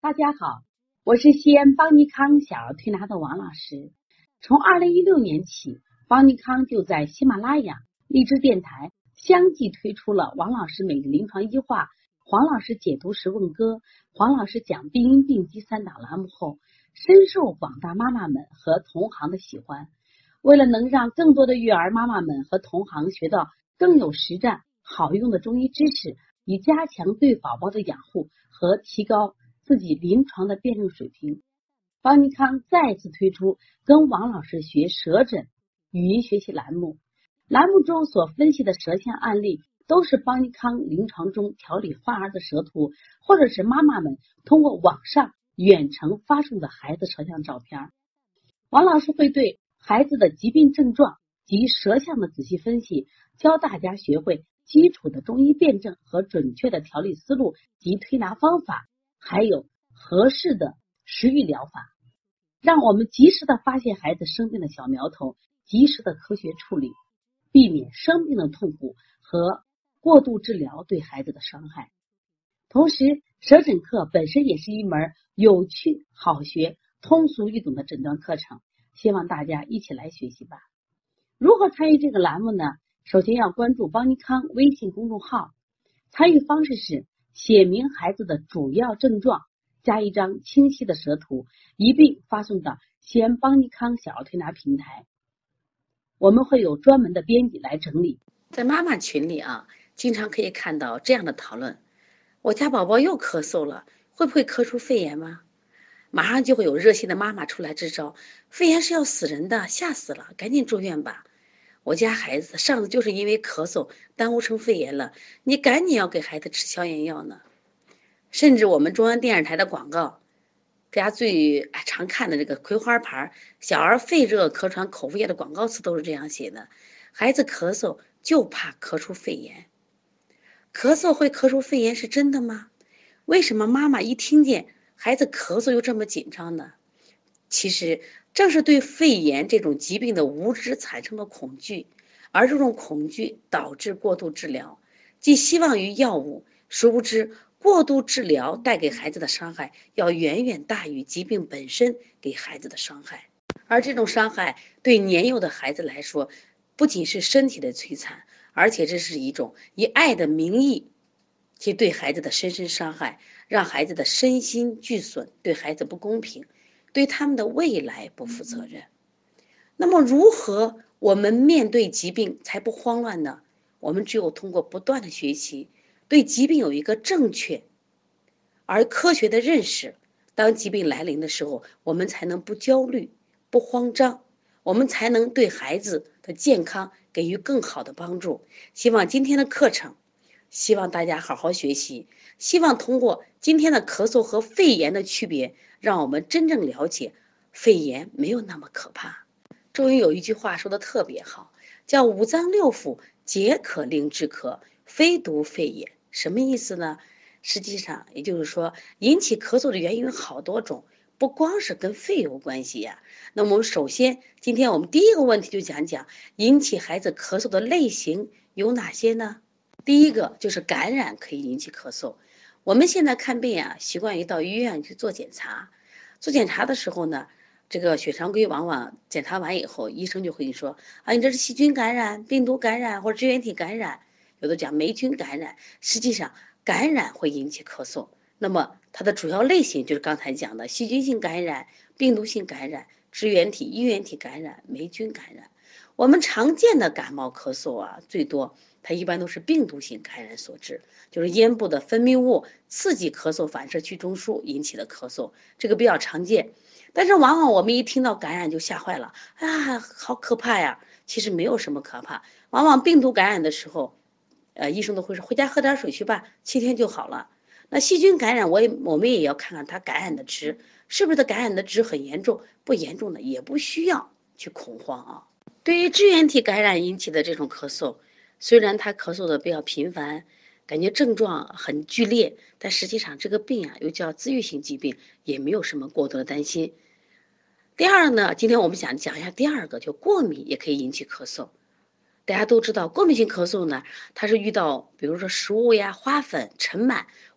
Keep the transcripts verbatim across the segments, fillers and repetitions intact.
大家好，我是西安邦尼康小儿推拿的王老师。从二零一六年起，邦尼康就在喜马拉雅、荔枝电台相继推出了王老师每日临床医话、黄老师解读时问歌、黄老师讲病因病机三档栏目后，深受广大妈妈们和同行的喜欢。为了能让更多的育儿妈妈们和同行学到更有实战、好用的中医知识，以加强对宝宝的养护和提高自己临床的辩证水平，邦尼康再次推出跟王老师学舌诊语音学习栏目，栏目中所分析的舌象案例都是邦尼康临床中调理患儿的舌图，或者是妈妈们通过网上远程发送的孩子舌象照片。王老师会对孩子的疾病症状及舌象的仔细分析，教大家学会基础的中医辩证和准确的调理思路及推拿方法，还有合适的食育疗法，让我们及时的发现孩子生病的小苗头，及时的科学处理，避免生病的痛苦和过度治疗对孩子的伤害。同时，舌诊课本身也是一门有趣、好学、通俗易懂的诊断课程，希望大家一起来学习吧。如何参与这个栏目呢？首先要关注邦尼康微信公众号，参与方式是写明孩子的主要症状，加一张清晰的舌图，一并发送到西安邦尼康小儿推拿平台，我们会有专门的编辑来整理。 在妈妈群里啊，经常可以看到这样的讨论：我家宝宝又咳嗽了，会不会咳出肺炎吗？马上就会有热心的妈妈出来支招，肺炎是要死人的，吓死了，赶紧住院吧。我家孩子上次就是因为咳嗽耽误成肺炎了，你赶紧要给孩子吃消炎药呢。甚至我们中央电视台的广告，大家最常看的这个葵花牌小儿肺热咳喘口服液的广告词都是这样写的：孩子咳嗽就怕咳出肺炎。咳嗽会咳出肺炎是真的吗？为什么妈妈一听见孩子咳嗽又这么紧张呢？其实正是对肺炎这种疾病的无知产生了恐惧，而这种恐惧导致过度治疗，寄希望于药物，殊不知过度治疗带给孩子的伤害要远远大于疾病本身给孩子的伤害。而这种伤害对年幼的孩子来说，不仅是身体的摧残，而且这是一种以爱的名义去对孩子的深深伤害，让孩子的身心俱损，对孩子不公平，对他们的未来不负责任。那么如何我们面对疾病才不慌乱呢？我们只有通过不断的学习，对疾病有一个正确而科学的认识，当疾病来临的时候，我们才能不焦虑、不慌张，我们才能对孩子的健康给予更好的帮助。希望今天的课程，希望大家好好学习，希望通过今天的咳嗽和肺炎的区别，让我们真正了解肺炎没有那么可怕。中医有一句话说的特别好，叫五脏六腑皆可令治咳，非独肺炎。什么意思呢？实际上也就是说，引起咳嗽的原因有好多种，不光是跟肺有关系呀。那么我们首先今天我们第一个问题就讲讲引起孩子咳嗽的类型有哪些呢？第一个就是感染可以引起咳嗽。我们现在看病啊，习惯于到医院去做检查，做检查的时候呢，这个血常规往往检查完以后，医生就会说啊，你这是细菌感染、病毒感染或者支原体感染，有的讲霉菌感染。实际上感染会引起咳嗽，那么它的主要类型就是刚才讲的细菌性感染、病毒性感染、支原体、衣原体感染、霉菌感染。我们常见的感冒咳嗽啊，最多它一般都是病毒性感染所致，就是咽部的分泌物刺激咳嗽反射区中枢引起的咳嗽，这个比较常见。但是往往我们一听到感染就吓坏了，啊，好可怕呀！其实没有什么可怕，往往病毒感染的时候，呃，医生都会说回家喝点水去吧，七天就好了。那细菌感染，我也我们也要看看它感染的值，是不是它感染的值很严重，不严重的也不需要去恐慌啊。对于支原体感染引起的这种咳嗽，虽然他咳嗽的比较频繁，感觉症状很剧烈，但实际上这个病啊又叫自愈性疾病，也没有什么过多的担心。第二呢，今天我们想讲一下第二个，就过敏也可以引起咳嗽。大家都知道过敏性咳嗽呢，它是遇到比如说食物呀、花粉、尘螨或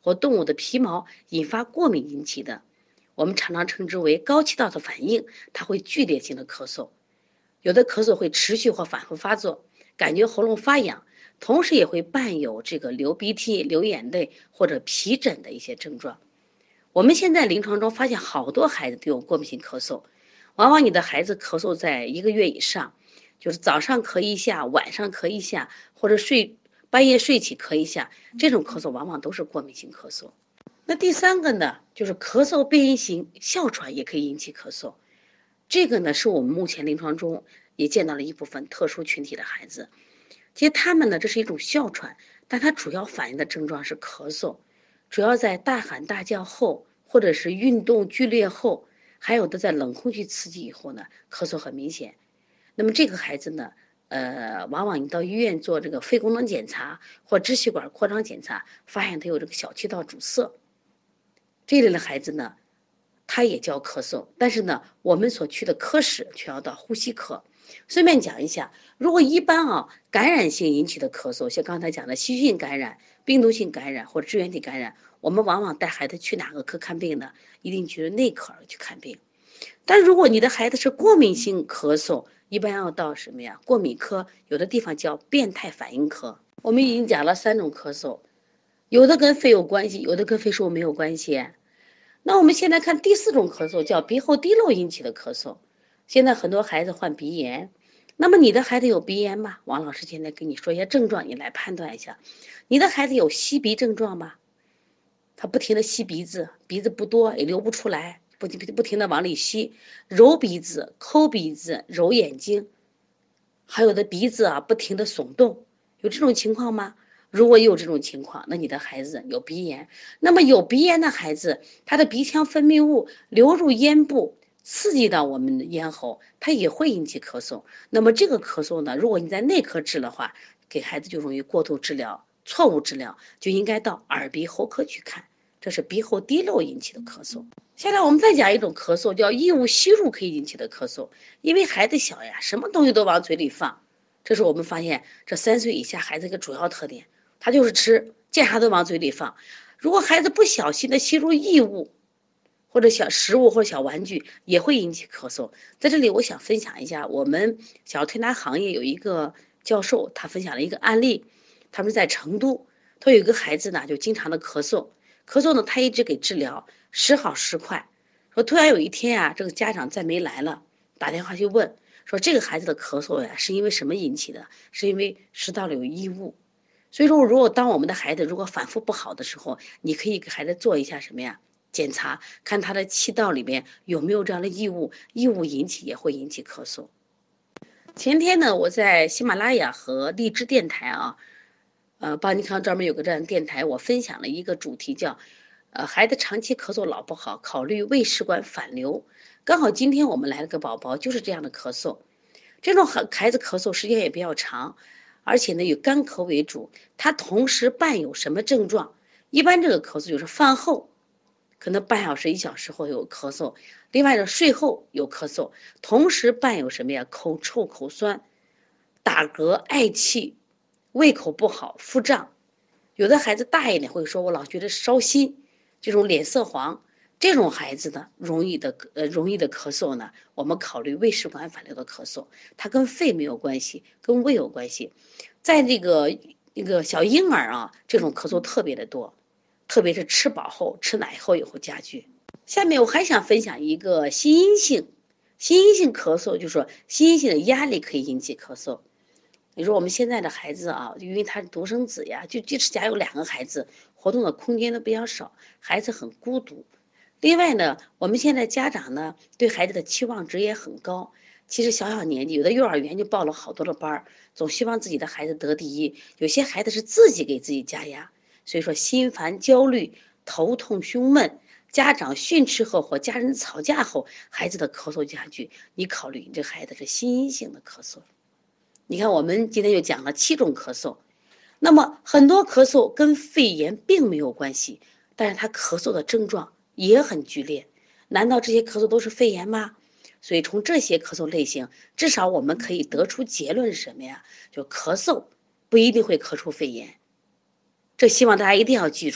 或动物的皮毛引发过敏引起的，我们常常称之为高气道的反应，它会剧烈性的咳嗽。有的咳嗽会持续或反复发作，感觉喉咙发痒，同时也会伴有这个流鼻涕、流眼泪或者皮疹的一些症状。我们现在临床中发现好多孩子都有过敏性咳嗽，往往你的孩子咳嗽在一个月以上，就是早上咳一下，晚上咳一下，或者睡半夜睡起咳一下，这种咳嗽往往都是过敏性咳嗽。那第三个呢，就是咳嗽变异型哮喘也可以引起咳嗽。这个呢，是我们目前临床中也见到了一部分特殊群体的孩子。其实他们呢，这是一种哮喘，但它主要反映的症状是咳嗽，主要在大喊大叫后，或者是运动剧烈后，还有的在冷空气刺激以后呢，咳嗽很明显。那么这个孩子呢，呃，往往你到医院做这个肺功能检查或支气管扩张检查，发现他有这个小气道阻塞。这类的孩子呢，他也叫咳嗽，但是呢，我们所去的科室却要到呼吸科。顺便讲一下，如果一般啊感染性引起的咳嗽，像刚才讲的细菌性感染、病毒性感染或者支原体感染，我们往往带孩子去哪个科看病呢？一定去内科去看病。但如果你的孩子是过敏性咳嗽，一般要到什么呀？过敏科，有的地方叫变态反应科。我们已经讲了三种咳嗽，有的跟肺有关系，有的跟肺是否没有关系。那我们现在看第四种咳嗽，叫鼻后滴漏引起的咳嗽。现在很多孩子患鼻炎，那么你的孩子有鼻炎吗？王老师现在跟你说一些症状，你来判断一下。你的孩子有吸鼻症状吗？他不停的吸鼻子，鼻子不多也流不出来，不停不停的往里吸，揉鼻子、抠鼻子、揉眼睛，还有的鼻子啊不停的耸动，有这种情况吗？如果有这种情况，那你的孩子有鼻炎。那么有鼻炎的孩子，他的鼻腔分泌物流入咽部，刺激到我们的咽喉，它也会引起咳嗽。那么这个咳嗽呢，如果你在内科治的话，给孩子就容易过度治疗、错误治疗，就应该到耳鼻喉科去看。这是鼻后滴漏引起的咳嗽。现在我们再讲一种咳嗽，叫异物吸入可以引起的咳嗽。因为孩子小呀，什么东西都往嘴里放，这是我们发现这三岁以下孩子一个主要特点，他就是吃，见啥都往嘴里放。如果孩子不小心的吸入异物，或者小食物或者小玩具，也会引起咳嗽。在这里我想分享一下，我们小儿推拿行业有一个教授，他分享了一个案例。他们在成都，他有一个孩子呢，就经常的咳嗽，咳嗽呢，他一直给治疗，时好时坏。说突然有一天啊，这个家长再没来了，打电话去问，说这个孩子的咳嗽呀，是因为什么引起的？是因为食道里有异物。所以说，如果当我们的孩子如果反复不好的时候，你可以给孩子做一下什么呀？检查，看他的气道里面有没有这样的异物，异物引起也会引起咳嗽。前天呢，我在喜马拉雅和荔枝电台啊，呃，邦尼康专门有个这样的电台，我分享了一个主题叫，呃，孩子长期咳嗽老不好，考虑胃食管反流。刚好今天我们来了个宝宝，就是这样的咳嗽，这种孩子咳嗽时间也比较长，而且呢以干咳为主，它同时伴有什么症状？一般这个咳嗽就是饭后。可能半小时一小时后有咳嗽，另外呢睡后有咳嗽，同时伴有什么呀？口臭口酸、打嗝、嗳气、胃口不好、腹胀。有的孩子大一点会说，我老觉得烧心，这种脸色黄，这种孩子呢容易的呃容易的咳嗽呢，我们考虑胃食管反流的咳嗽，它跟肺没有关系，跟胃有关系。在这个一个小婴儿啊，这种咳嗽特别的多。特别是吃饱后、吃奶后以后加剧。下面我还想分享一个心因性，心因性咳嗽，就是说心因性的压力可以引起咳嗽。你说我们现在的孩子啊，因为他是独生子呀，就即使家有两个孩子，活动的空间都比较少，孩子很孤独。另外呢，我们现在家长呢对孩子的期望值也很高。其实小小年纪，有的幼儿园就报了好多的班，总希望自己的孩子得第一。有些孩子是自己给自己加压。所以说心烦焦虑、头痛胸闷，家长训斥后或家人吵架后，孩子的咳嗽加剧，你考虑你这孩子是心因性的咳嗽。你看我们今天就讲了七种咳嗽，那么很多咳嗽跟肺炎并没有关系，但是他咳嗽的症状也很剧烈。难道这些咳嗽都是肺炎吗？所以从这些咳嗽类型，至少我们可以得出结论是什么呀？就咳嗽不一定会咳出肺炎。这希望大家一定要记住啊。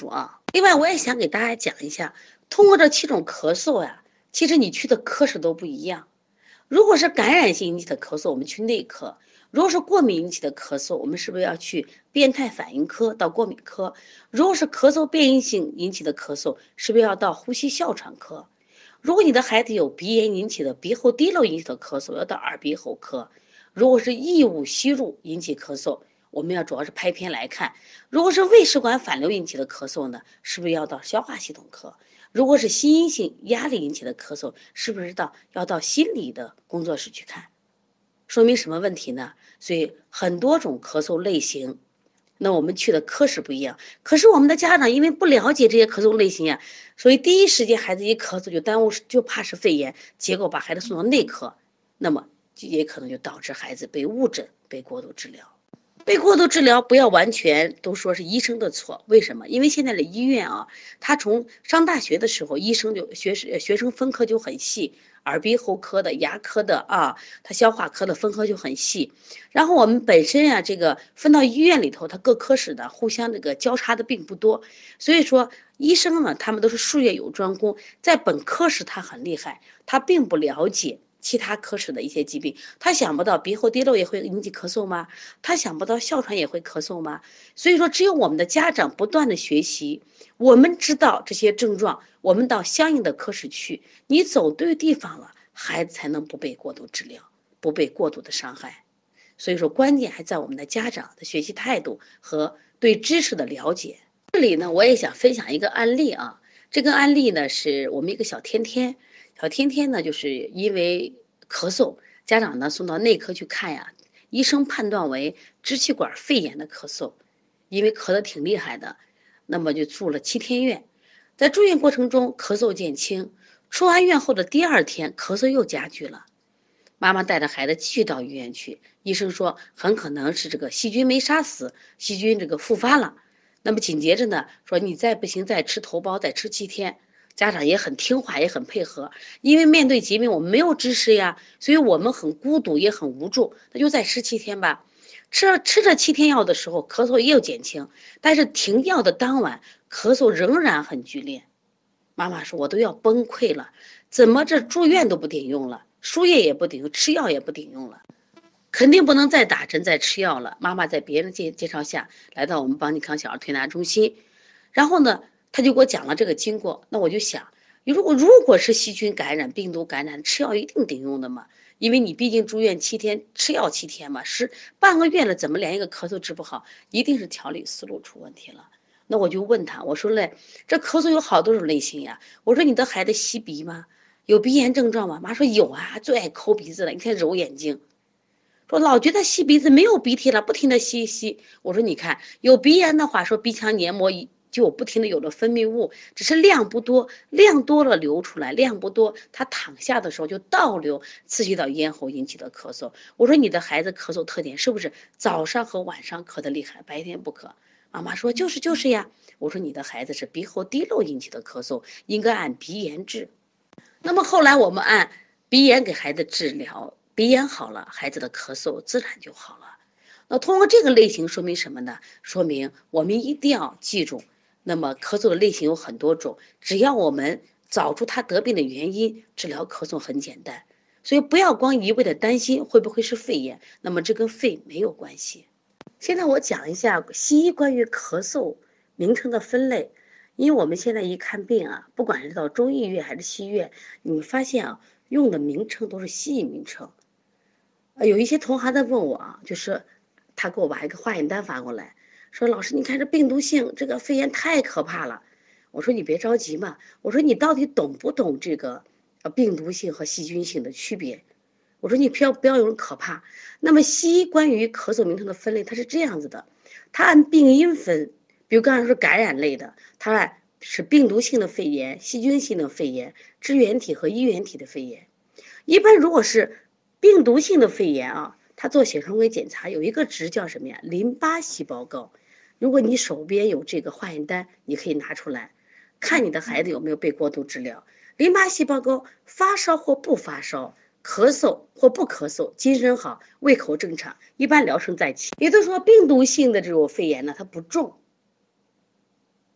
另外，我也想给大家讲一下，通过这七种咳嗽呀，其实你去的科室都不一样。如果是感染性引起的咳嗽，我们去内科；如果是过敏引起的咳嗽，我们是不是要去变态反应科到过敏科？如果是咳嗽变异性引起的咳嗽，是不是要到呼吸哮喘科？如果你的孩子有鼻炎引起的鼻后滴漏引起的咳嗽，要到耳鼻喉科；如果是异物吸入引起咳嗽，我们要主要是拍片来看。如果是胃食管反流引起的咳嗽呢，是不是要到消化系统科？如果是心因性压力引起的咳嗽，是不是到要到心理的工作室去看？说明什么问题呢？所以很多种咳嗽类型，那我们去的科室不一样。可是我们的家长因为不了解这些咳嗽类型呀，所以第一时间孩子一咳嗽就耽误，就怕是肺炎，结果把孩子送到内科，那么也可能就导致孩子被误诊、被过度治疗。被过度治疗不要完全都说是医生的错，为什么？因为现在的医院啊，他从上大学的时候，医生就学学生分科就很细，耳鼻喉科的、牙科的啊，他消化科的分科就很细。然后我们本身啊，这个分到医院里头，他各科室的互相这个交叉的并不多，所以说医生呢，他们都是术业有专攻，在本科室他很厉害，他并不了解其他科室的一些疾病，他想不到鼻后滴漏也会引起咳嗽吗？他想不到哮喘也会咳嗽吗？所以说，只有我们的家长不断的学习，我们知道这些症状，我们到相应的科室去，你走对地方了，孩子才能不被过度治疗，不被过度的伤害。所以说，关键还在我们的家长的学习态度和对知识的了解。这里呢，我也想分享一个案例啊，这个案例呢，是我们一个小天天。小天天呢，就是因为咳嗽，家长呢送到内科去看呀，医生判断为支气管肺炎的咳嗽，因为咳得挺厉害的，那么就住了七天院。在住院过程中，咳嗽减轻，出完院后的第二天，咳嗽又加剧了。妈妈带着孩子继续到医院去，医生说很可能是这个细菌没杀死，细菌这个复发了。那么紧接着呢，说你再不行再吃头孢，再吃七天。家长也很听话，也很配合，因为面对疾病我们没有知识呀，所以我们很孤独，也很无助，那就再吃七天吧。吃了吃这七天药的时候，咳嗽也有减轻，但是停药的当晚，咳嗽仍然很剧烈。妈妈说我都要崩溃了，怎么这住院都不顶用了，输液也不顶用，吃药也不顶用了，肯定不能再打针再吃药了。妈妈在别人介介绍下来到我们邦尼康小儿推拿中心，然后呢他就给我讲了这个经过，那我就想，如果如果是细菌感染、病毒感染，吃药一定顶用的嘛？因为你毕竟住院七天，吃药七天嘛，是半个月了，怎么连一个咳嗽治不好？一定是调理思路出问题了。那我就问他，我说嘞，这咳嗽有好多种类型呀。我说你的孩子吸鼻吗？有鼻炎症状吗？妈说有啊，最爱抠鼻子了，你看揉眼睛。说老觉得吸鼻子没有鼻涕了，不停的吸一吸。我说你看有鼻炎的话，说鼻腔黏膜一。就不停的有了分泌物，只是量不多，量多了流出来，量不多，他躺下的时候就倒流，刺激到咽喉引起的咳嗽。我说你的孩子咳嗽特点是不是早上和晚上咳得厉害，白天不咳？妈妈说就是就是呀。我说你的孩子是鼻后滴漏引起的咳嗽，应该按鼻炎治。那么后来我们按鼻炎给孩子治疗，鼻炎好了，孩子的咳嗽自然就好了。那通过这个类型说明什么呢？说明我们一定要记住。那么咳嗽的类型有很多种，只要我们找出他得病的原因，治疗咳嗽很简单。所以不要光一味的担心会不会是肺炎，那么这跟肺没有关系。现在我讲一下西医关于咳嗽名称的分类，因为我们现在一看病啊，不管是到中医院还是西医院，你会发现啊，用的名称都是西医名称。有一些同行在问我啊，就是他给我把一个化验单发过来，说老师你看这病毒性这个肺炎太可怕了。我说你别着急嘛，我说你到底懂不懂这个呃病毒性和细菌性的区别？我说你不要不要用可怕。那么西医关于咳嗽名称的分类它是这样子的，它按病因分，比如刚才说感染类的，它按是病毒性的肺炎、细菌性的肺炎、支原体和衣原体的肺炎。一般如果是病毒性的肺炎啊，它做血常规检查有一个值叫什么呀？淋巴细胞高。如果你手边有这个化验单，你可以拿出来看你的孩子有没有被过度治疗。淋巴细胞高，发烧或不发烧，咳嗽或不咳嗽，精神好，胃口正常，一般疗程在期。也就是说病毒性的这种肺炎呢，它不重，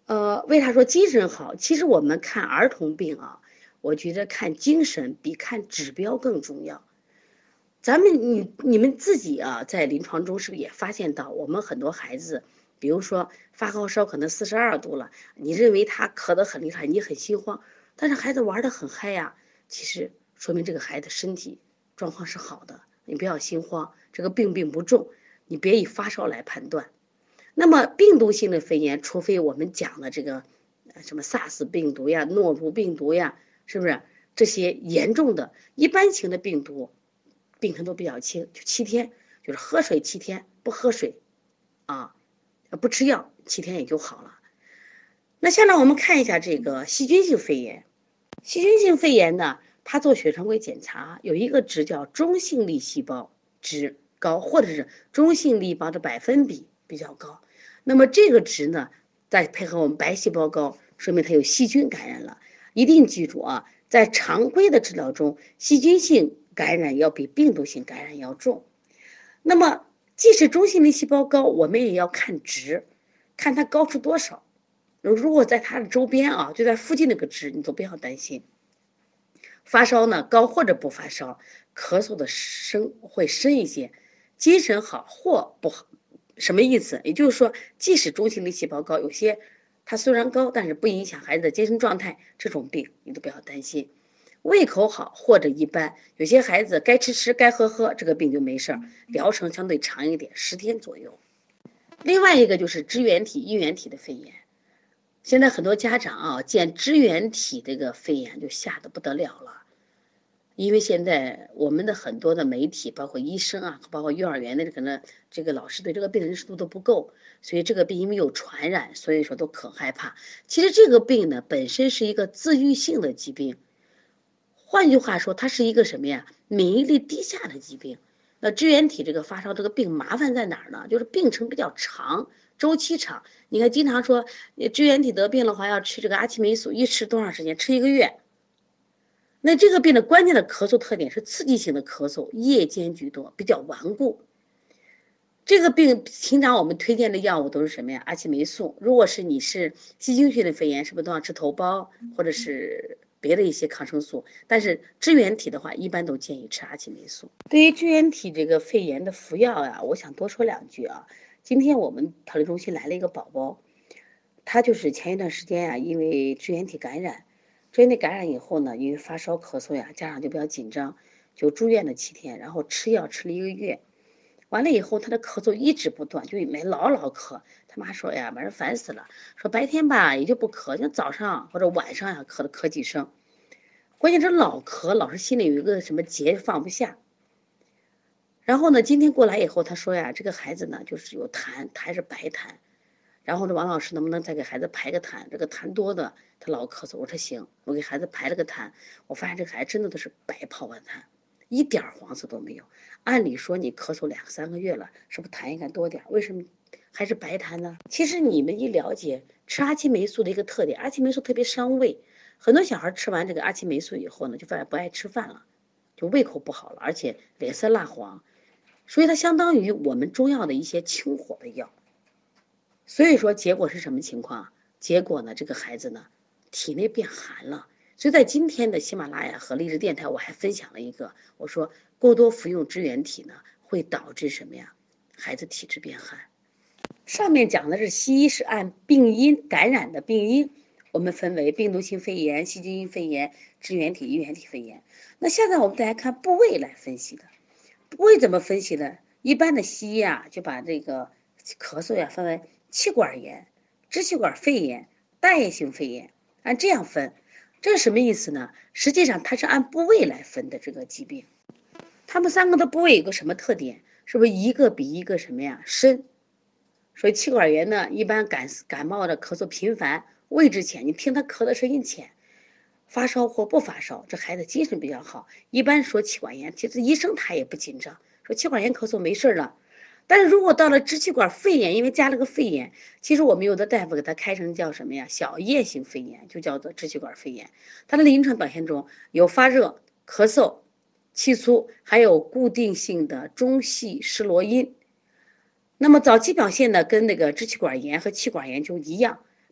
呃，为啥说精神好？其实我们看儿童病啊，我觉得看精神比看指标更重要。咱们你你们自己啊，在临床中是不是也发现到，我们很多孩子，比如说发高烧可能四十二度了，你认为他咳得很厉害，你很心慌，但是孩子玩得很嗨呀，其实说明这个孩子身体状况是好的，你不要心慌，这个病并不重，你别以发烧来判断。那么病毒性的肺炎，除非我们讲的这个什么 SARS 病毒呀、诺如病毒呀，是不是这些严重的一般型的病毒？病程都比较轻，就七天，就是喝水七天，不喝水，啊，不吃药，七天也就好了。那下来我们看一下这个细菌性肺炎。细菌性肺炎呢，它做血常规检查有一个值叫中性粒细胞值高，或者是中性粒胞的百分比比较高。那么这个值呢，再配合我们白细胞高，说明它有细菌感染了。一定记住啊，在常规的治疗中，细菌性感染要比病毒性感染要重。那么即使中性粒细胞高，我们也要看值，看它高出多少。如果在它的周边啊，就在附近那个值，你都不要担心。发烧呢，高或者不发烧，咳嗽的深会深一些，精神好或不好，什么意思？也就是说，即使中性粒细胞高，有些它虽然高，但是不影响孩子的精神状态，这种病你都不要担心。胃口好或者一般，有些孩子该吃吃该喝喝，这个病就没事儿，疗程相对长一点，十天左右。另外一个就是支原体、衣原体的肺炎，现在很多家长啊见支原体这个肺炎就吓得不得了了，因为现在我们的很多的媒体，包括医生啊，包括幼儿园的可能这个老师对这个病的认识度都不够，所以这个病因为有传染，所以说都可害怕。其实这个病呢本身是一个自愈性的疾病。换句话说，它是一个什么呀？免疫力低下的疾病。那支原体这个发烧这个病麻烦在哪儿呢？就是病程比较长，周期长。你看，经常说支原体得病的话，要吃这个阿奇霉素，一吃多长时间？吃一个月。那这个病的关键的咳嗽特点是刺激性的咳嗽，夜间居多，比较顽固。这个病平常我们推荐的药物都是什么呀？阿奇霉素。如果是你是细菌性的肺炎，是不是都要吃头孢或者是别的一些抗生素？但是支原体的话，一般都建议吃阿奇霉素。对于支原体这个肺炎的服药啊，我想多说两句啊。今天我们调理中心来了一个宝宝，他就是前一段时间啊，因为支原体感染，支原体感染以后呢，因为发烧咳嗽呀，家长就比较紧张，就住院了七天，然后吃药吃了一个月。完了以后，他的咳嗽一直不断，就没老老咳。他妈说呀，把人烦死了。说白天吧也就不咳，就早上或者晚上呀咳了咳几声。关键是老咳，老是心里有一个什么结放不下。然后呢，今天过来以后，他说呀，这个孩子呢就是有痰，痰是白痰。然后呢，王老师能不能再给孩子排个痰？这个痰多的，他老咳嗽。我说行，我给孩子排了个痰，我发现这个孩子真的都是白泡泡痰。一点黄色都没有。按理说你咳嗽两三个月了，是不是痰应该多点？为什么还是白痰呢？其实你们一了解吃阿奇霉素的一个特点，阿奇霉素特别伤胃，很多小孩吃完这个阿奇霉素以后呢，就发现不爱吃饭了，就胃口不好了，而且脸色蜡黄，所以它相当于我们中药的一些清火的药。所以说结果是什么情况？结果呢，这个孩子呢体内变寒了。所以在今天的喜马拉雅和励志电台，我还分享了一个，我说过多服用支原体呢，会导致什么呀？孩子体质变寒。上面讲的是西医是按病因感染的病因，我们分为病毒性肺炎、细菌性肺炎、支原体、衣原体肺炎。那现在我们再来看部位来分析的，部位怎么分析的？一般的西医啊，就把这个咳嗽呀分为气管炎、支气管肺炎、大叶性肺炎，按这样分。这是什么意思呢？实际上它是按部位来分的这个疾病。它们三个的部位有个什么特点？是不是一个比一个什么呀深？所以气管炎呢，一般感感冒的咳嗽频繁，位置浅，你听他咳的声音浅。发烧或不发烧，这孩子精神比较好。一般说气管炎，其实医生他也不紧张，说气管炎咳嗽没事了。但是如果到了支气管肺炎，因为加了个肺炎，其实我们有的大夫给他开成叫什么呀？小叶性肺炎，就叫做支气管肺炎。它的临床表现中有发热、咳嗽、气促，还有固定性的中细湿罗音。那么早期表现呢，跟那个支气管炎和气管炎就一样，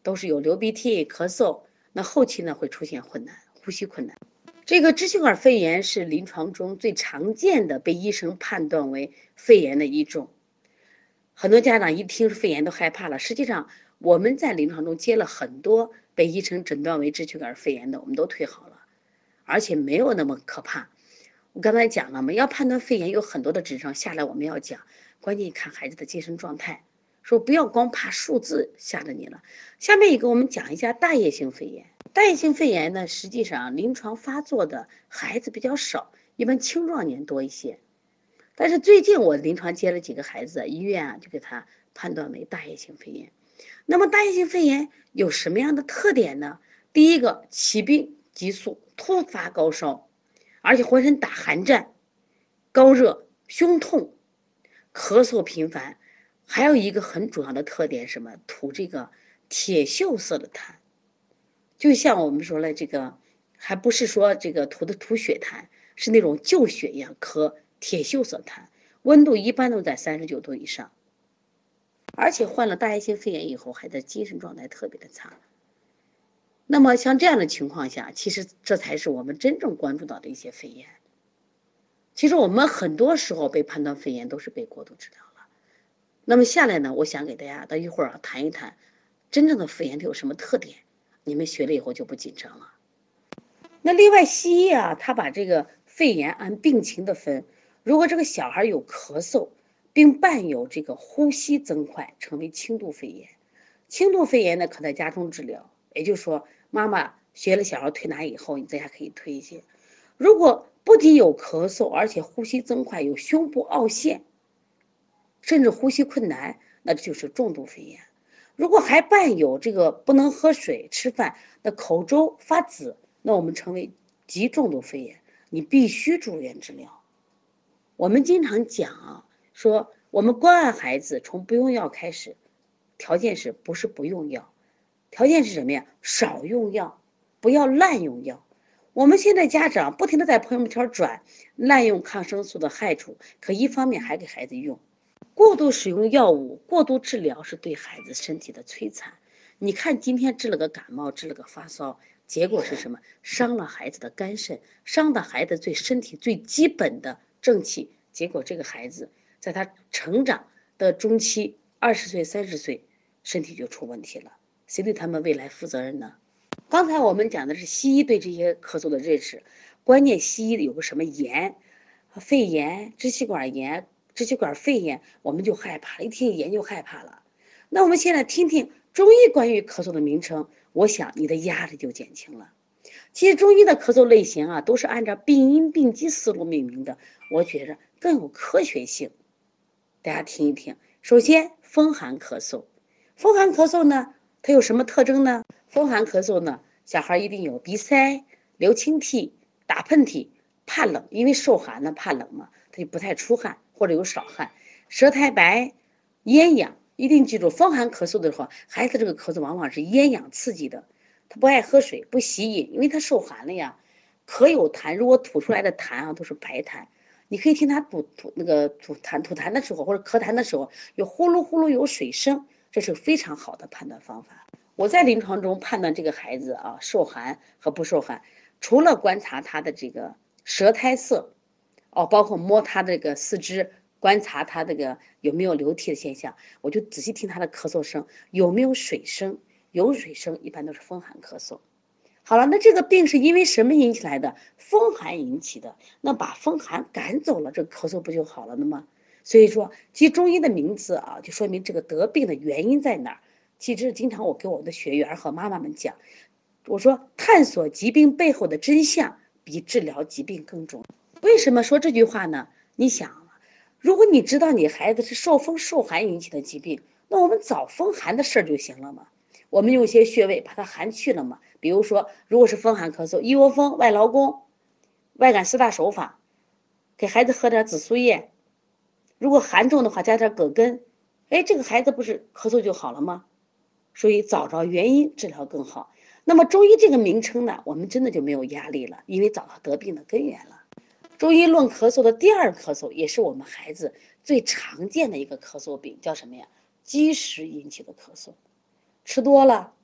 都是有流鼻涕、咳嗽，那后期呢会出现困难、呼吸困难。这个支气管肺炎是临床中最常见的被医生判断为肺炎的一种。很多家长一听肺炎都害怕了，实际上我们在临床中接了很多被医生诊断为支气管肺炎的，我们都推好了，而且没有那么可怕。我刚才讲了嘛，要判断肺炎有很多的指征，下来我们要讲，关键看孩子的精神状态，说不要光怕数字吓着你了。下面一个我们讲一下大叶性肺炎。大叶性肺炎呢，实际上临床发作的孩子比较少，一般青壮年多一些。但是最近我临床接了几个孩子，医院啊就给他判断为大叶性肺炎。那么大叶性肺炎有什么样的特点呢？第一个，起病急速，突发高烧，而且浑身打寒战，高热，胸痛，咳嗽频繁。还有一个很主要的特点，什么？吐这个铁锈色的痰，就像我们说了，这个还不是说这个吐的吐血痰，是那种旧血一样，咳铁锈色痰，温度一般都在三十九度以上。而且患了大叶性肺炎以后，孩子精神状态特别的差。那么像这样的情况下，其实这才是我们真正关注到的一些肺炎。其实我们很多时候被判断肺炎都是被过度治疗了。那么下来呢，我想给大家到一会儿谈一谈真正的肺炎它有什么特点，你们学了以后就不紧张了。那另外西医啊，他把这个肺炎按病情的分，如果这个小孩有咳嗽并伴有这个呼吸增快，称为轻度肺炎。轻度肺炎呢，可在家中治疗，也就是说妈妈学了小儿推拿以后，你在家可以推一些。如果不仅有咳嗽，而且呼吸增快，有胸部凹陷，甚至呼吸困难，那就是重度肺炎。如果还伴有这个不能喝水吃饭，那口周发紫，那我们称为极重度肺炎，你必须住院治疗。我们经常讲啊，说我们关爱孩子从不用药开始，条件是不是不用药，条件是什么呀？少用药，不要滥用药。我们现在家长不停地在朋友圈转滥用抗生素的害处，可一方面还给孩子用。过度使用药物，过度治疗是对孩子身体的摧残。你看今天治了个感冒，治了个发烧，结果是什么？伤了孩子的肝肾，伤到孩子最身体最基本的正气，结果这个孩子在他成长的中期，二十岁三十岁身体就出问题了，谁对他们未来负责任呢？刚才我们讲的是西医对这些咳嗽的认识，关键西医有个什么炎，肺炎、支气管炎、支气管肺炎，我们就害怕了，一听炎就害怕了。那我们现在听听中医关于咳嗽的名称，我想你的压力就减轻了。其实中医的咳嗽类型啊，都是按照病因病机思路命名的，我觉着更有科学性。大家听一听。首先，风寒咳嗽。风寒咳嗽呢，它有什么特征呢？风寒咳嗽呢，小孩一定有鼻塞、流清涕、打喷嚏、怕冷，因为受寒呢怕冷嘛，他就不太出汗或者有少汗，舌苔白、咽痒。一定记住，风寒咳嗽的时候，孩子这个咳嗽往往是咽痒刺激的，他不爱喝水，不吸引，因为他受寒了呀。咳有痰，如果吐出来的痰啊都是白痰，你可以听他吐吐那个吐痰吐痰的时候，或者咳痰的时候，有呼噜呼噜有水声，这是非常好的判断方法。我在临床中判断这个孩子啊受寒和不受寒，除了观察他的这个舌苔色，哦，包括摸他这个四肢，观察他这个有没有流涕的现象，我就仔细听他的咳嗽声，有没有水声，有水声一般都是风寒咳嗽。好了，那这个病是因为什么引起来的？风寒引起的，那把风寒赶走了，这个咳嗽不就好了的吗？所以说，其实中医的名字啊，就说明这个得病的原因在哪儿。其实经常我给我的学员和妈妈们讲，我说探索疾病背后的真相比治疗疾病更重要。为什么说这句话呢？你想，如果你知道你孩子是受风受寒引起的疾病，那我们找风寒的事儿就行了嘛。我们用一些穴位把它寒去了嘛。比如说，如果是风寒咳嗽，一窝蜂、外劳宫、外感四大手法，给孩子喝点紫苏叶。如果寒重的话，加点葛根，哎，这个孩子不是咳嗽就好了吗？所以找着原因治疗更好。那么中医这个名称呢，我们真的就没有压力了，因为找到得病的根源了。中医论咳嗽的第二咳嗽，也是我们孩子最常见的一个咳嗽病，叫什么呀？积食引起的咳嗽。吃多了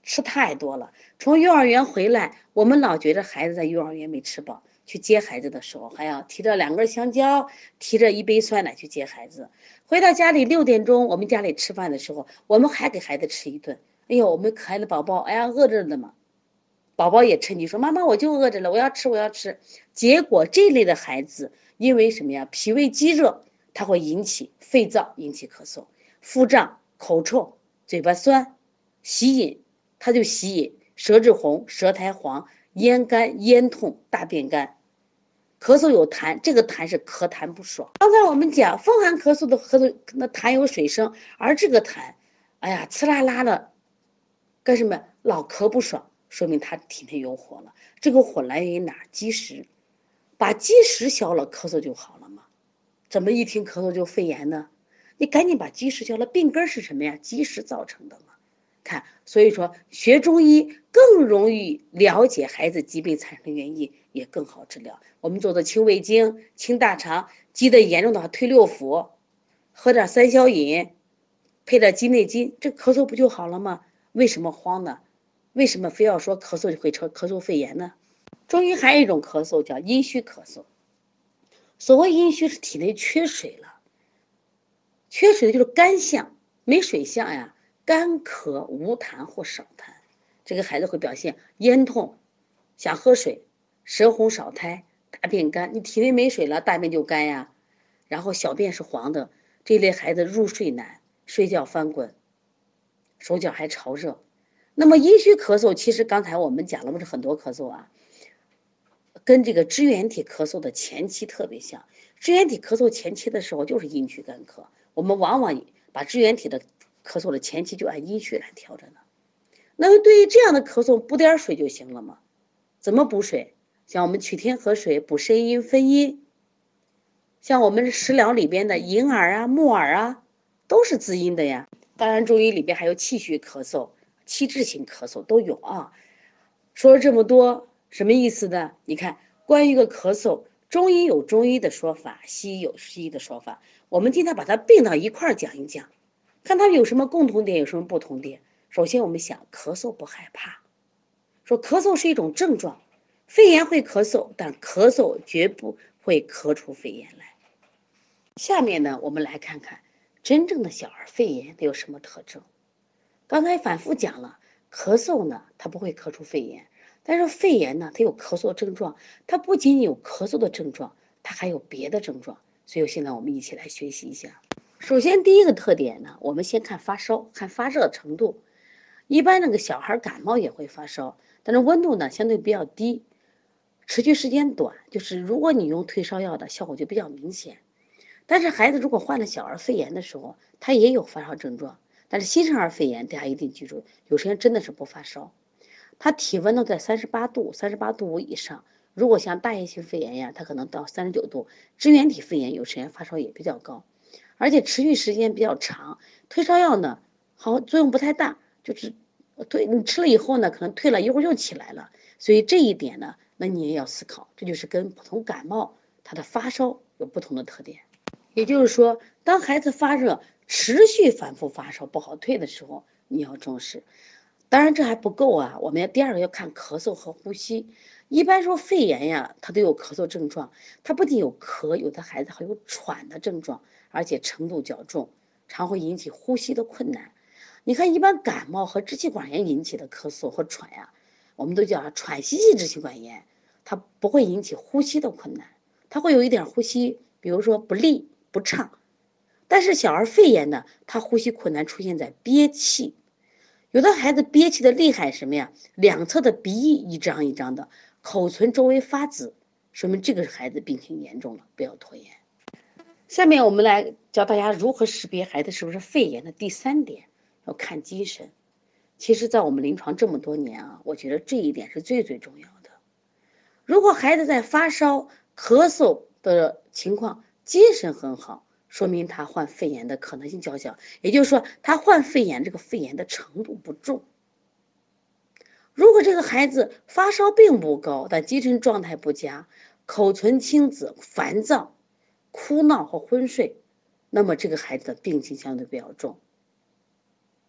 吃太多了。从幼儿园回来，我们老觉得孩子在幼儿园没吃饱，去接孩子的时候还要提着两根香蕉，提着一杯酸奶去接孩子。回到家里六点钟，我们家里吃饭的时候，我们还给孩子吃一顿。哎呦，我们可爱的宝宝，哎呀，饿着呢嘛。宝宝也趁机说：“妈妈，我就饿着了，我要吃，我要吃。”结果这类的孩子，因为什么呀？脾胃积热，它会引起肺燥，引起咳嗽、腹胀、口臭、嘴巴酸、喜饮，他就喜饮，舌质红、舌苔黄、咽干、咽痛、大便干。咳嗽有痰，这个痰是咳痰不爽。刚才我们讲风寒咳嗽的咳嗽，那痰有水声，而这个痰，哎呀，呲啦啦的，干什么？老咳不爽，说明他体内有火了。这个火来源于哪儿？积食，把积食消了，咳嗽就好了嘛。怎么一听咳嗽就肺炎呢？你赶紧把积食消了，病根是什么呀？积食造成的嘛。看，所以说学中医更容易了解孩子疾病产生的原因，也更好治疗。我们做的清胃经、清大肠，积得严重的话推六腑，喝点三消饮，配点鸡内金，这咳嗽不就好了吗？为什么慌呢？为什么非要说咳嗽就会成咳嗽肺炎呢？中医还有一种咳嗽叫阴虚咳嗽。所谓阴虚是体内缺水了，缺水的就是干象，没水象呀，干咳无痰或少痰。这个孩子会表现咽痛，想喝水，舌红少苔，大便干。你体内没水了，大便就干呀。然后小便是黄的，这类孩子入睡难，睡觉翻滚，手脚还潮热。那么阴虚咳嗽，其实刚才我们讲了，不是很多咳嗽啊，跟这个支原体咳嗽的前期特别像。支原体咳嗽前期的时候就是阴虚干咳，我们往往把支原体的咳嗽的前期就按阴虚来调整了。那么对于这样的咳嗽，补点水就行了嘛？怎么补水？像我们取天河水补肾阴分阴，像我们食疗里边的银耳啊、木耳啊，都是滋阴的呀。当然中医里边还有气虚咳嗽、气滞型咳嗽都有啊。说了这么多，什么意思呢？你看，关于一个咳嗽，中医有中医的说法，西医有西医的说法，我们今天把它并到一块儿讲一讲，看它有什么共同点，有什么不同点。首先我们想，咳嗽不害怕，说咳嗽是一种症状，肺炎会咳嗽，但咳嗽绝不会咳出肺炎来。下面呢，我们来看看真正的小儿肺炎它有什么特征。刚才反复讲了，咳嗽呢，它不会咳出肺炎，但是肺炎呢，它有咳嗽症状，它不仅仅有咳嗽的症状，它还有别的症状。所以现在我们一起来学习一下。首先第一个特点呢，我们先看发烧，看发热程度。一般那个小孩感冒也会发烧，但是温度呢相对比较低，持续时间短，就是如果你用退烧药的效果就比较明显。但是孩子如果患了小儿肺炎的时候，他也有发烧症状。但是新生儿肺炎大家一定记住，有些人真的是不发烧，他体温呢在三十八度、三十八度五以上。如果像大叶性肺炎呀，它可能到三十九度。支原体肺炎有时间发烧也比较高，而且持续时间比较长。退烧药呢，好作用不太大，就是退你吃了以后呢，可能退了一会儿又起来了。所以这一点呢，那你也要思考，这就是跟普通感冒它的发烧有不同的特点。也就是说，当孩子发热持续反复发烧不好退的时候，你要重视。当然这还不够啊，我们要第二个要看咳嗽和呼吸。一般说肺炎呀，它都有咳嗽症状，它不仅有咳，有的孩子还有喘的症状，而且程度较重，常会引起呼吸的困难。你看一般感冒和支气管炎引起的咳嗽和喘呀，我们都叫喘息性支气管炎，它不会引起呼吸的困难，它会有一点呼吸，比如说不利不畅。但是小儿肺炎呢，他呼吸困难出现在憋气，有的孩子憋气的厉害什么呀？两侧的鼻翼一张一张的，口唇周围发紫，说明这个孩子病情严重了，不要拖延。下面我们来教大家如何识别孩子是不是肺炎的第三点，要看精神。其实在我们临床这么多年啊，我觉得这一点是最最重要的。如果孩子在发烧咳嗽的情况精神很好，说明他患肺炎的可能性较小，也就是说他患肺炎这个肺炎的程度不重。如果这个孩子发烧并不高，但精神状态不佳，口唇青紫、烦躁、哭闹或昏睡，那么这个孩子的病情相对比较重。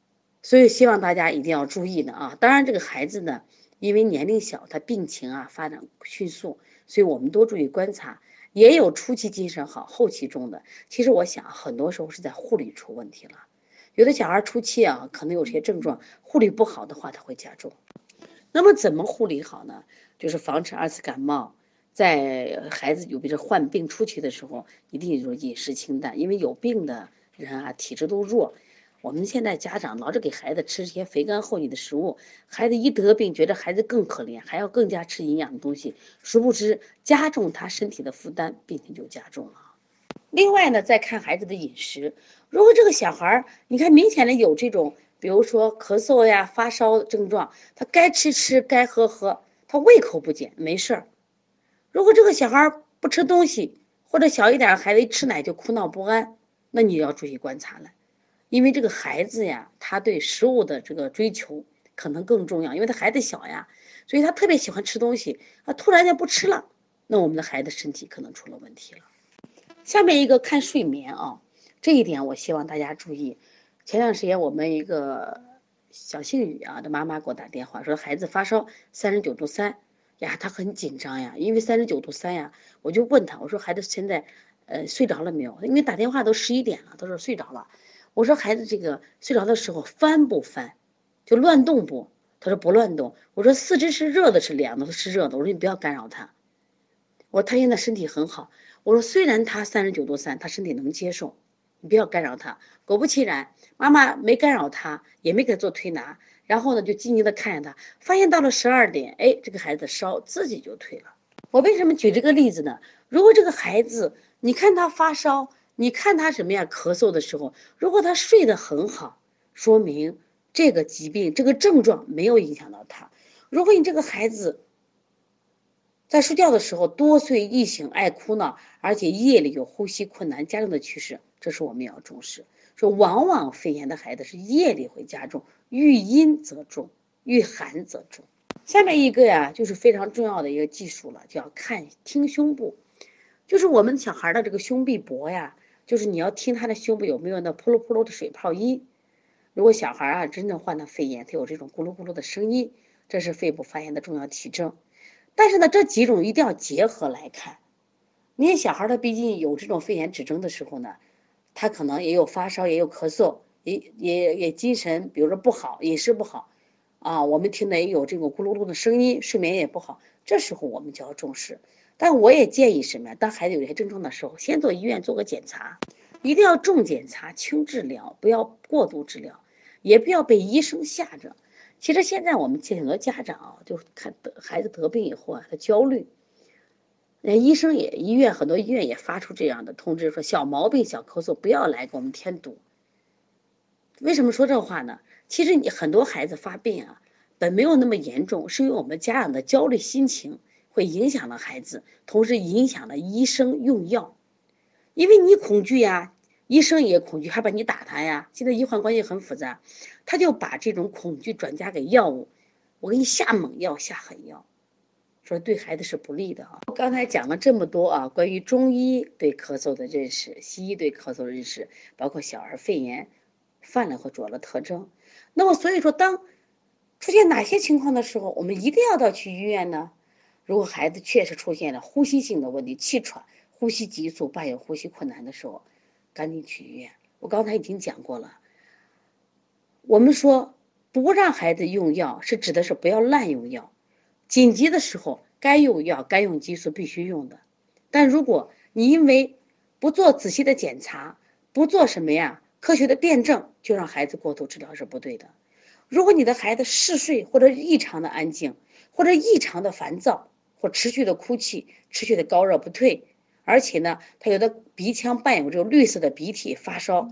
所以希望大家一定要注意的啊。当然这个孩子呢，因为年龄小，他病情啊发展迅速，所以我们多注意观察。也有初期精神好，后期重的。其实我想很多时候是在护理出问题了。有的小孩初期啊，可能有些症状，护理不好的话，它会加重。那么怎么护理好呢？就是防止二次感冒。在孩子有比如患病初期的时候，一定就是饮食清淡，因为有病的人啊，体质都弱。我们现在家长老是给孩子吃一些肥甘厚腻的食物，孩子一得病，觉得孩子更可怜，还要更加吃营养的东西，殊不知加重他身体的负担，病情就加重了。另外呢，再看孩子的饮食，如果这个小孩你看明显的有这种，比如说咳嗽呀、发烧症状，他该吃吃，该喝喝，他胃口不减，没事儿。如果这个小孩不吃东西，或者小一点孩子一吃奶就哭闹不安，那你要注意观察了。因为这个孩子呀，他对食物的这个追求可能更重要，因为他孩子小呀，所以他特别喜欢吃东西，他突然间不吃了，那我们的孩子身体可能出了问题了。下面一个看睡眠啊，这一点我希望大家注意。前段时间我们一个小姓宇啊的妈妈给我打电话说，孩子发烧三十九度三呀，他很紧张呀，因为三十九度三呀，我就问他，我说孩子现在呃睡着了没有？因为打电话都十一点了，他说睡着了。我说孩子这个睡着的时候翻不翻，就乱动不？他说不乱动。我说四肢是热的是凉的？是热的。我说你不要干扰他。我说他现在身体很好。我说虽然他三十九度三，他身体能接受，你不要干扰他。果不其然，妈妈没干扰他，也没给他做推拿，然后呢就静静的看着他，发现到了十二点，哎，这个孩子烧自己就退了。我为什么举这个例子呢？如果这个孩子，你看他发烧，你看他什么呀咳嗽的时候，如果他睡得很好，说明这个疾病这个症状没有影响到他。如果你这个孩子在睡觉的时候多睡易醒爱哭闹，而且夜里有呼吸困难加重的趋势，这是我们要重视。说往往肺炎的孩子是夜里会加重，遇阴则重，遇寒则重。下面一个呀，就是非常重要的一个技术了，叫看听胸部。就是我们小孩的这个胸壁薄呀，就是你要听他的胸部有没有那扑噜扑噜的水泡音。如果小孩啊真正患了肺炎，他有这种咕噜咕噜的声音，这是肺部发炎的重要体征。但是呢，这几种一定要结合来看。你小孩他毕竟有这种肺炎指征的时候呢，他可能也有发烧，也有咳嗽，也也也精神，比如说不好，饮食不好啊，我们听的也有这种咕噜噜的声音，睡眠也不好，这时候我们就要重视。但我也建议什么呀？当孩子有些症状的时候，先做医院做个检查，一定要重检查、轻治疗，不要过度治疗，也不要被医生吓着。其实现在我们见很多家长啊，就看得孩子得病以后啊，他焦虑。那医生也医院很多医院也发出这样的通知，说小毛病小咳嗽不要来给我们添堵。为什么说这话呢？其实你很多孩子发病啊，本没有那么严重，是因为我们家长的焦虑心情会影响了孩子，同时影响了医生用药。因为你恐惧呀，医生也恐惧，还把你打他呀。现在医患关系很复杂，他就把这种恐惧转嫁给药物，我给你下猛药下狠药，说对孩子是不利的啊。我刚才讲了这么多啊，关于中医对咳嗽的认识，西医对咳嗽的认识，包括小儿肺炎犯了和主要的特征。那么所以说，当出现哪些情况的时候，我们一定要到去医院呢？如果孩子确实出现了呼吸性的问题，气喘、呼吸急促、伴有呼吸困难的时候，赶紧去医院。我刚才已经讲过了，我们说不让孩子用药，是指的是不要滥用药。紧急的时候，该用药、该用激素必须用的。但如果你因为不做仔细的检查，不做什么呀科学的辩证，就让孩子过度治疗是不对的。如果你的孩子嗜睡或者异常的安静，或者异常的烦躁，或持续的哭泣，持续的高热不退，而且呢，他有的鼻腔伴有这种绿色的鼻涕、发烧。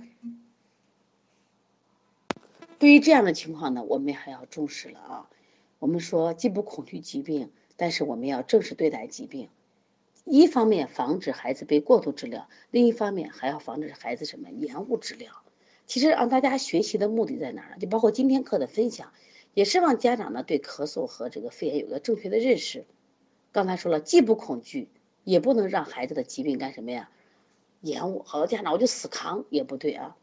对于这样的情况呢，我们还要重视了啊。我们说既不恐惧疾病，但是我们要正视对待疾病。一方面防止孩子被过度治疗，另一方面还要防止孩子什么延误治疗。其实让大家学习的目的在哪儿呢？就包括今天课的分享，也是让家长呢对咳嗽和这个肺炎有个正确的认识。刚才说了，既不恐惧，也不能让孩子的疾病干什么呀？延误。好多家长我就死扛也不对啊。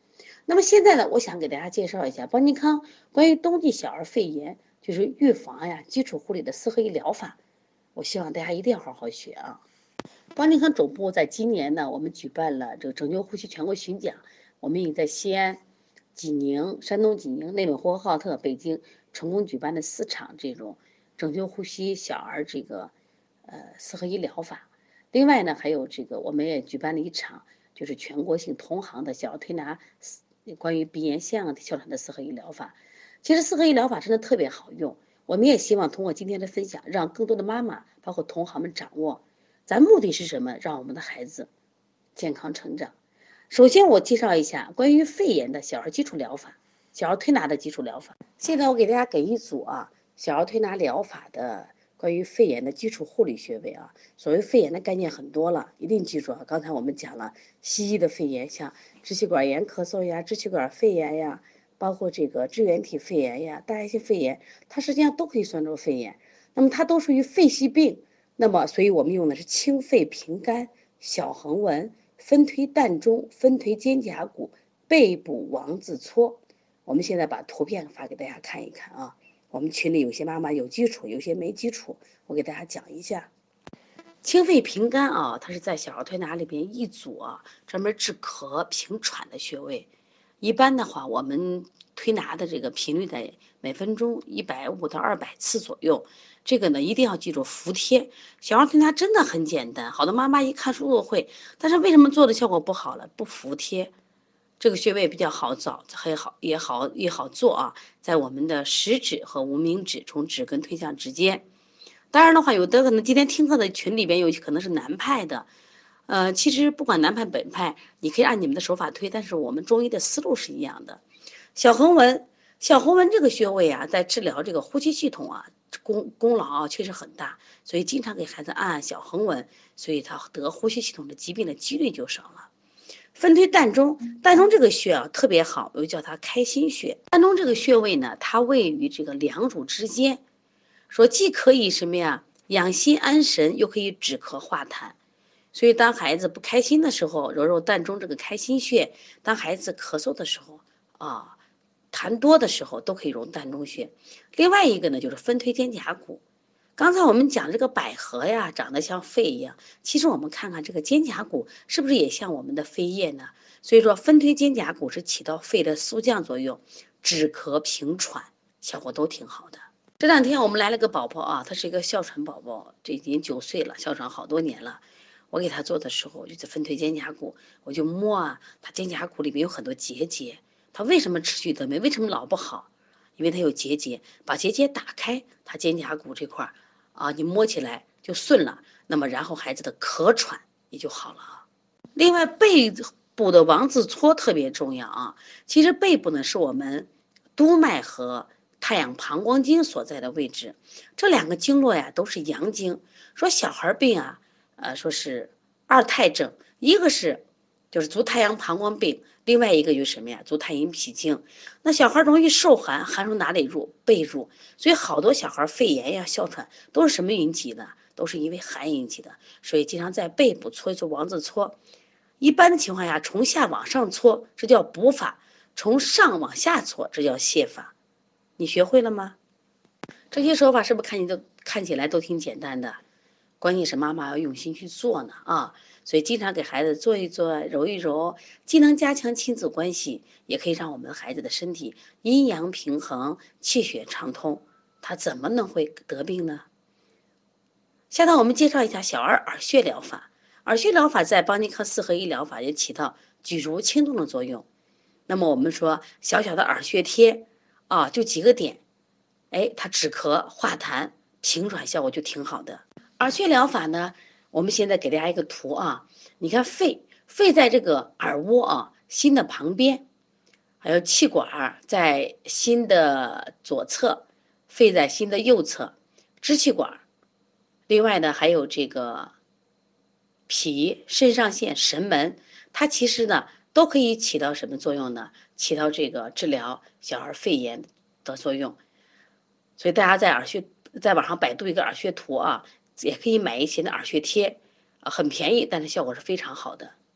那么现在呢，我想给大家介绍一下邦尼康关于冬季小儿肺炎就是预防呀基础护理的四合一疗法，我希望大家一定要好好学啊。邦尼康总部在今年呢，我们举办了这个拯救呼吸全国巡讲，我们也在西安、济宁、山东济宁、内蒙呼和浩特、北京成功举办了四场这种拯救呼吸小儿这个呃四合一疗法。另外呢，还有这个我们也举办了一场就是全国性同行的小儿推拿关于鼻炎腺样体哮喘的四合一疗法。其实四合一疗法真的特别好用，我们也希望通过今天的分享，让更多的妈妈包括同行们掌握。咱目的是什么？让我们的孩子健康成长。首先我介绍一下关于肺炎的小儿基础疗法，小儿推拿的基础疗法。现在我给大家给一组啊小儿推拿疗法的关于肺炎的基础护理穴位啊。所谓肺炎的概念很多了，一定记住啊。刚才我们讲了西医的肺炎，像支气管炎咳嗽呀、支气管肺炎呀，包括这个支原体肺炎呀、大叶性肺炎，它实际上都可以算作肺炎。那么它都属于肺系病。那么，所以我们用的是清肺平肝、小横纹、分推膻中、分推肩胛骨、背部王字搓。我们现在把图片发给大家看一看啊。我们群里有些妈妈有基础，有些没基础，我给大家讲一下。清肺平肝啊，它是在小儿推拿里边一组啊，专门治咳平喘的穴位。一般的话，我们推拿的这个频率在每分钟一百五到二百次左右。这个呢，一定要记住服贴。小儿推拿真的很简单，好多妈妈一看书都会，但是为什么做的效果不好了？不服贴。这个穴位比较好找，很好也好也好做啊，在我们的食指和无名指，从指根推向指尖。当然的话，有的可能今天听课的群里边有可能是南派的，呃，其实不管南派本派，你可以按你们的手法推，但是我们中医的思路是一样的。小横纹，小横纹这个穴位啊，在治疗这个呼吸系统啊，功功劳啊确实很大，所以经常给孩子按按小横纹，所以他得呼吸系统的疾病的几率就少了。分推膻中，膻中这个穴啊特别好，又叫它开心穴。膻中这个穴位呢，它位于这个两乳之间，说既可以什么呀养心安神，又可以止咳化痰。所以当孩子不开心的时候，揉揉膻中这个开心穴；当孩子咳嗽的时候啊，痰多的时候，都可以揉膻中穴。另外一个呢，就是分推肩胛骨。刚才我们讲这个百合呀，长得像肺一样，其实我们看看这个肩胛骨是不是也像我们的肺叶呢？所以说分推肩胛骨是起到肺的肃降作用，止咳平喘，效果都挺好的。这两天我们来了个宝宝啊，他是一个哮喘宝宝，这已经九岁了，哮喘好多年了。我给他做的时候，我就在分推肩胛骨，我就摸啊，他肩胛骨里面有很多结节，他为什么持续得没？为什么老不好？因为他有结节，把结节打开，他肩胛骨这块啊，你摸起来就顺了，那么然后孩子的咳喘也就好了啊。另外背部的王字搓特别重要啊，其实背部呢是我们督脉和太阳膀胱经所在的位置，这两个经络呀都是阳经。说小孩病啊。呃，说是二太症，一个是就是足太阳膀胱病，另外一个就是什么呀？足太阴脾经。那小孩容易受寒，寒从哪里入？背入。所以好多小孩肺炎呀、哮喘都是什么引起的？都是因为寒引起的。所以经常在背部搓一搓王字搓。一般的情况下，从下往上搓，这叫补法；从上往下搓，这叫泻法。你学会了吗？这些手法是不是看你都看起来都挺简单的？关键是妈妈要用心去做呢啊，所以经常给孩子做一做、揉一揉，既能加强亲子关系，也可以让我们孩子的身体阴阳平衡、气血畅通。他怎么能会得病呢？下头我们介绍一下小儿耳穴疗法。耳穴疗法在邦尼康四合一疗法也起到举足轻重的作用。那么我们说小小的耳穴贴啊，就几个点，哎，它止咳化痰、平喘效果就挺好的。耳穴疗法呢，我们现在给大家一个图啊，你看肺，肺在这个耳窝啊，心的旁边，还有气管在心的左侧，肺在心的右侧，支气管，另外呢还有这个脾、肾上腺、神门，它其实呢都可以起到什么作用呢？起到这个治疗小儿肺炎的作用。所以大家在耳穴，在网上百度一个耳穴图啊。也可以买一些的耳穴贴，啊，很便宜，但是效果是非常好的。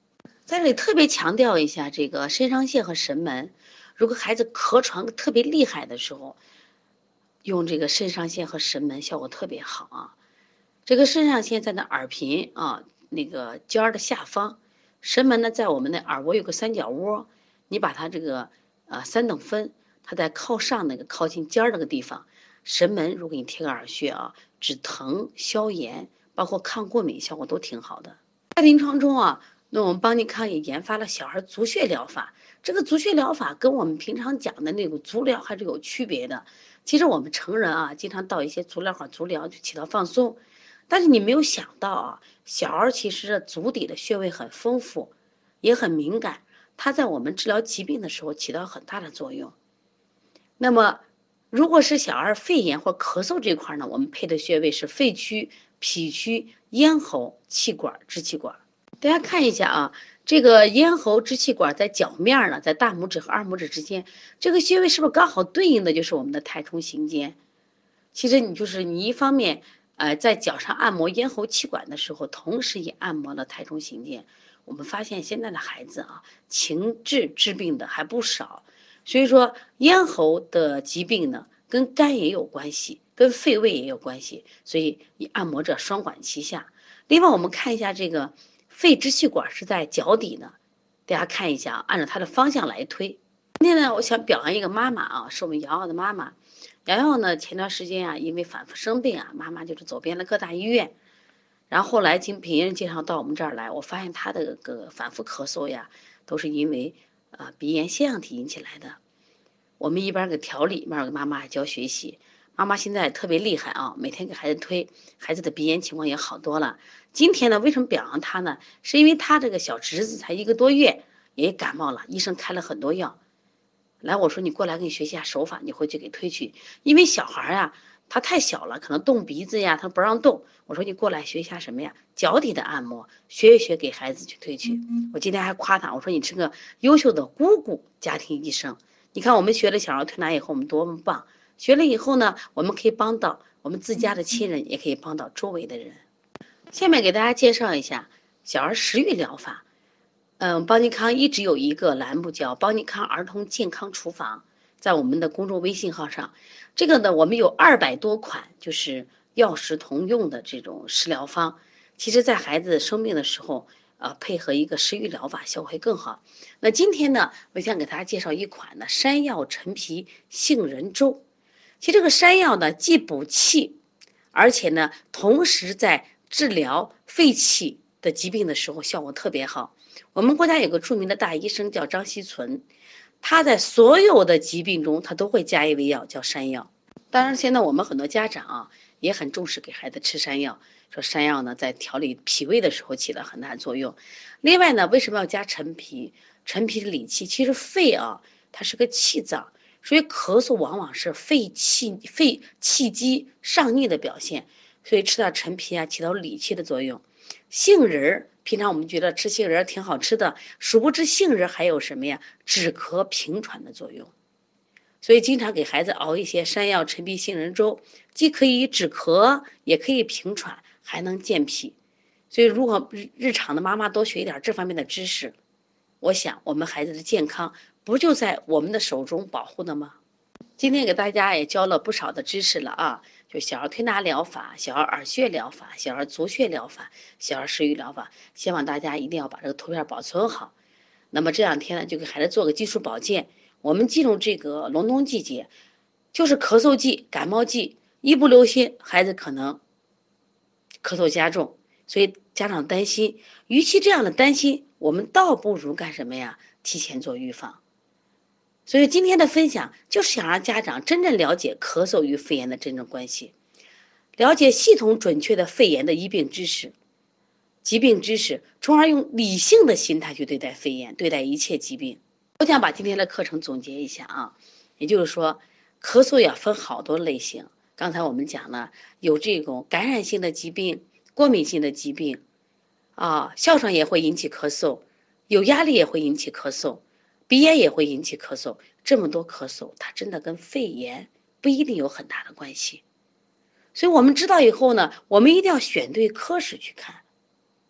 在这里特别强调一下，这个肾上腺和神门，如果孩子咳喘特别厉害的时候，用这个肾上腺和神门效果特别好啊。这个肾上腺在那耳屏啊，那个尖儿的下方，神门呢在我们的耳窝有个三角窝，你把它这个呃三等分，它在靠上那个靠近尖儿那个地方，神门如果你贴个耳穴啊，止疼消炎，包括抗过敏效果都挺好的。在临床中啊，那我们邦尼康也研发了小儿足穴疗法。这个足穴疗法跟我们平常讲的那个足疗还是有区别的。其实我们成人啊，经常到一些足疗或足疗就起到放松，但是你没有想到啊，小儿其实足底的穴位很丰富，也很敏感，它在我们治疗疾病的时候起到很大的作用。那么，如果是小儿肺炎或咳嗽这块呢，我们配的穴位是肺区、脾区、咽喉、气管、支气管。大家看一下啊，这个咽喉支气管在脚面呢，在大拇指和二拇指之间，这个穴位是不是刚好对应的就是我们的太冲行间？其实你就是你一方面，呃，在脚上按摩咽喉气管的时候，同时也按摩了太冲行间。我们发现现在的孩子啊，情志治病的还不少，所以说咽喉的疾病呢，跟肝也有关系，跟肺胃也有关系，所以你按摩着双管齐下。另外，我们看一下这个肺支气管是在脚底呢，大家看一下啊，按照它的方向来推。今天呢，我想表扬一个妈妈啊，是我们瑶瑶的妈妈。瑶瑶呢，前段时间啊，因为反复生病啊，妈妈就是走遍了各大医院，然后后来经别人介绍到我们这儿来，我发现她的个反复咳嗽呀，都是因为呃鼻炎腺样体引起来的。我们一边给调理，一边给妈妈教学习。妈妈现在特别厉害啊，每天给孩子推，孩子的鼻炎情况也好多了。今天呢，为什么表扬她呢？是因为她这个小侄子才一个多月，也感冒了，医生开了很多药。来，我说你过来给你学习下手法，你回去给推去。因为小孩呀、啊，他太小了，可能动鼻子呀，他不让动。我说你过来学一下什么呀？脚底的按摩，学一学给孩子去推去。我今天还夸他，我说你是个优秀的姑姑家庭医生。你看我们学了小儿推拿以后，我们多么棒！学了以后呢，我们可以帮到我们自家的亲人，也可以帮到周围的人。下面给大家介绍一下小儿食欲疗法。嗯，邦尼康一直有一个栏目叫邦尼康儿童健康厨房，在我们的公众微信号上。这个呢，我们有二百多款就是药食同用的这种食疗方。其实，在孩子生病的时候，呃，配合一个食欲疗法效果会更好。那今天呢，我想给大家介绍一款呢山药陈皮杏仁粥。其实这个山药呢，既补气，而且呢，同时在治疗肺气的疾病的时候效果特别好。我们国家有个著名的大医生叫张锡存，他在所有的疾病中，他都会加一味药叫山药。当然，现在我们很多家长啊也很重视给孩子吃山药，说山药呢在调理脾胃的时候起了很大作用。另外呢，为什么要加陈皮？陈皮是理气，其实肺啊它是个气脏，所以咳嗽往往是肺气肺气机上逆的表现，所以吃到陈皮啊起到理气的作用。杏仁儿，平常我们觉得吃杏仁儿挺好吃的，殊不知杏仁还有什么呀？止咳平喘的作用。所以经常给孩子熬一些山药陈皮杏仁粥，既可以止咳，也可以平喘，还能健脾。所以如果日日常的妈妈多学一点这方面的知识，我想我们孩子的健康不就在我们的手中保护的吗？今天给大家也教了不少的知识了啊，就小儿推拿疗法、小儿耳穴疗法、小儿足穴疗法、小儿食欲疗法，希望大家一定要把这个图片保存好。那么这两天呢，就给孩子做个基础保健。我们进入这个隆冬季节，就是咳嗽季、感冒季，一不留心，孩子可能咳嗽加重，所以家长担心。与其这样的担心，我们倒不如干什么呀？提前做预防。所以今天的分享就是想让家长真正了解咳嗽与肺炎的真正关系，了解系统准确的肺炎的医病知识、疾病知识，从而用理性的心态去对待肺炎，对待一切疾病。我想把今天的课程总结一下啊，也就是说，咳嗽也分好多类型。刚才我们讲了，有这种感染性的疾病、过敏性的疾病，啊，哮喘也会引起咳嗽，有压力也会引起咳嗽。鼻炎也会引起咳嗽，这么多咳嗽，它真的跟肺炎不一定有很大的关系。所以我们知道以后呢，我们一定要选对科室去看。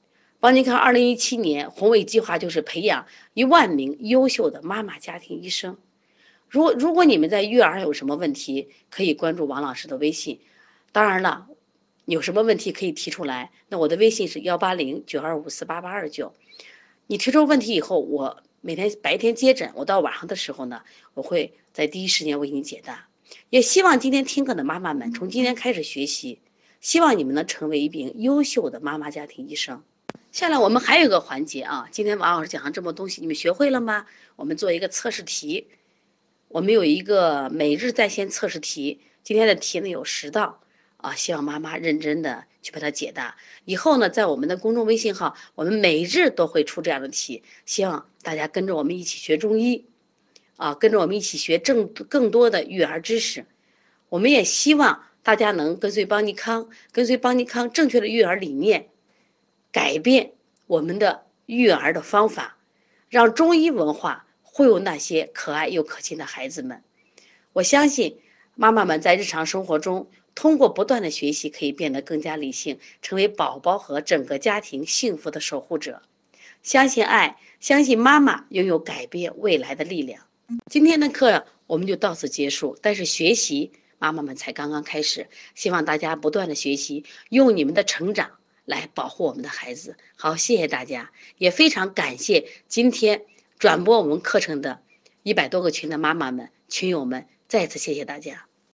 邦尼康二零一七年宏伟计划就是培养一万名优秀的妈妈家庭医生。如果如果你们在育儿有什么问题，可以关注王老师的微信。当然了，有什么问题可以提出来，那我的微信是幺八零九二五四八八二九。你提出问题以后，我每天白天接诊，我到晚上的时候呢，我会在第一时间为你解答。也希望今天听课的妈妈们从今天开始学习，希望你们能成为一名优秀的妈妈家庭医生。下来我们还有一个环节啊，今天王老师讲了这么多东西，你们学会了吗？我们做一个测试题，我们有一个每日在线测试题，今天的题呢有十道啊，希望妈妈认真的去把它解答。以后呢，在我们的公众微信号，我们每日都会出这样的题，希望大家跟着我们一起学中医啊，跟着我们一起学更更多的育儿知识。我们也希望大家能跟随邦尼康，跟随邦尼康正确的育儿理念，改变我们的育儿的方法，让中医文化惠有那些可爱又可亲的孩子们。我相信妈妈们在日常生活中，通过不断的学习，可以变得更加理性，成为宝宝和整个家庭幸福的守护者。相信爱，相信妈妈拥有改变未来的力量。今天的课我们就到此结束，但是学习妈妈们才刚刚开始，希望大家不断的学习，用你们的成长来保护我们的孩子。好，谢谢大家，也非常感谢今天转播我们课程的一百多个群的妈妈们、群友们，再次谢谢大家。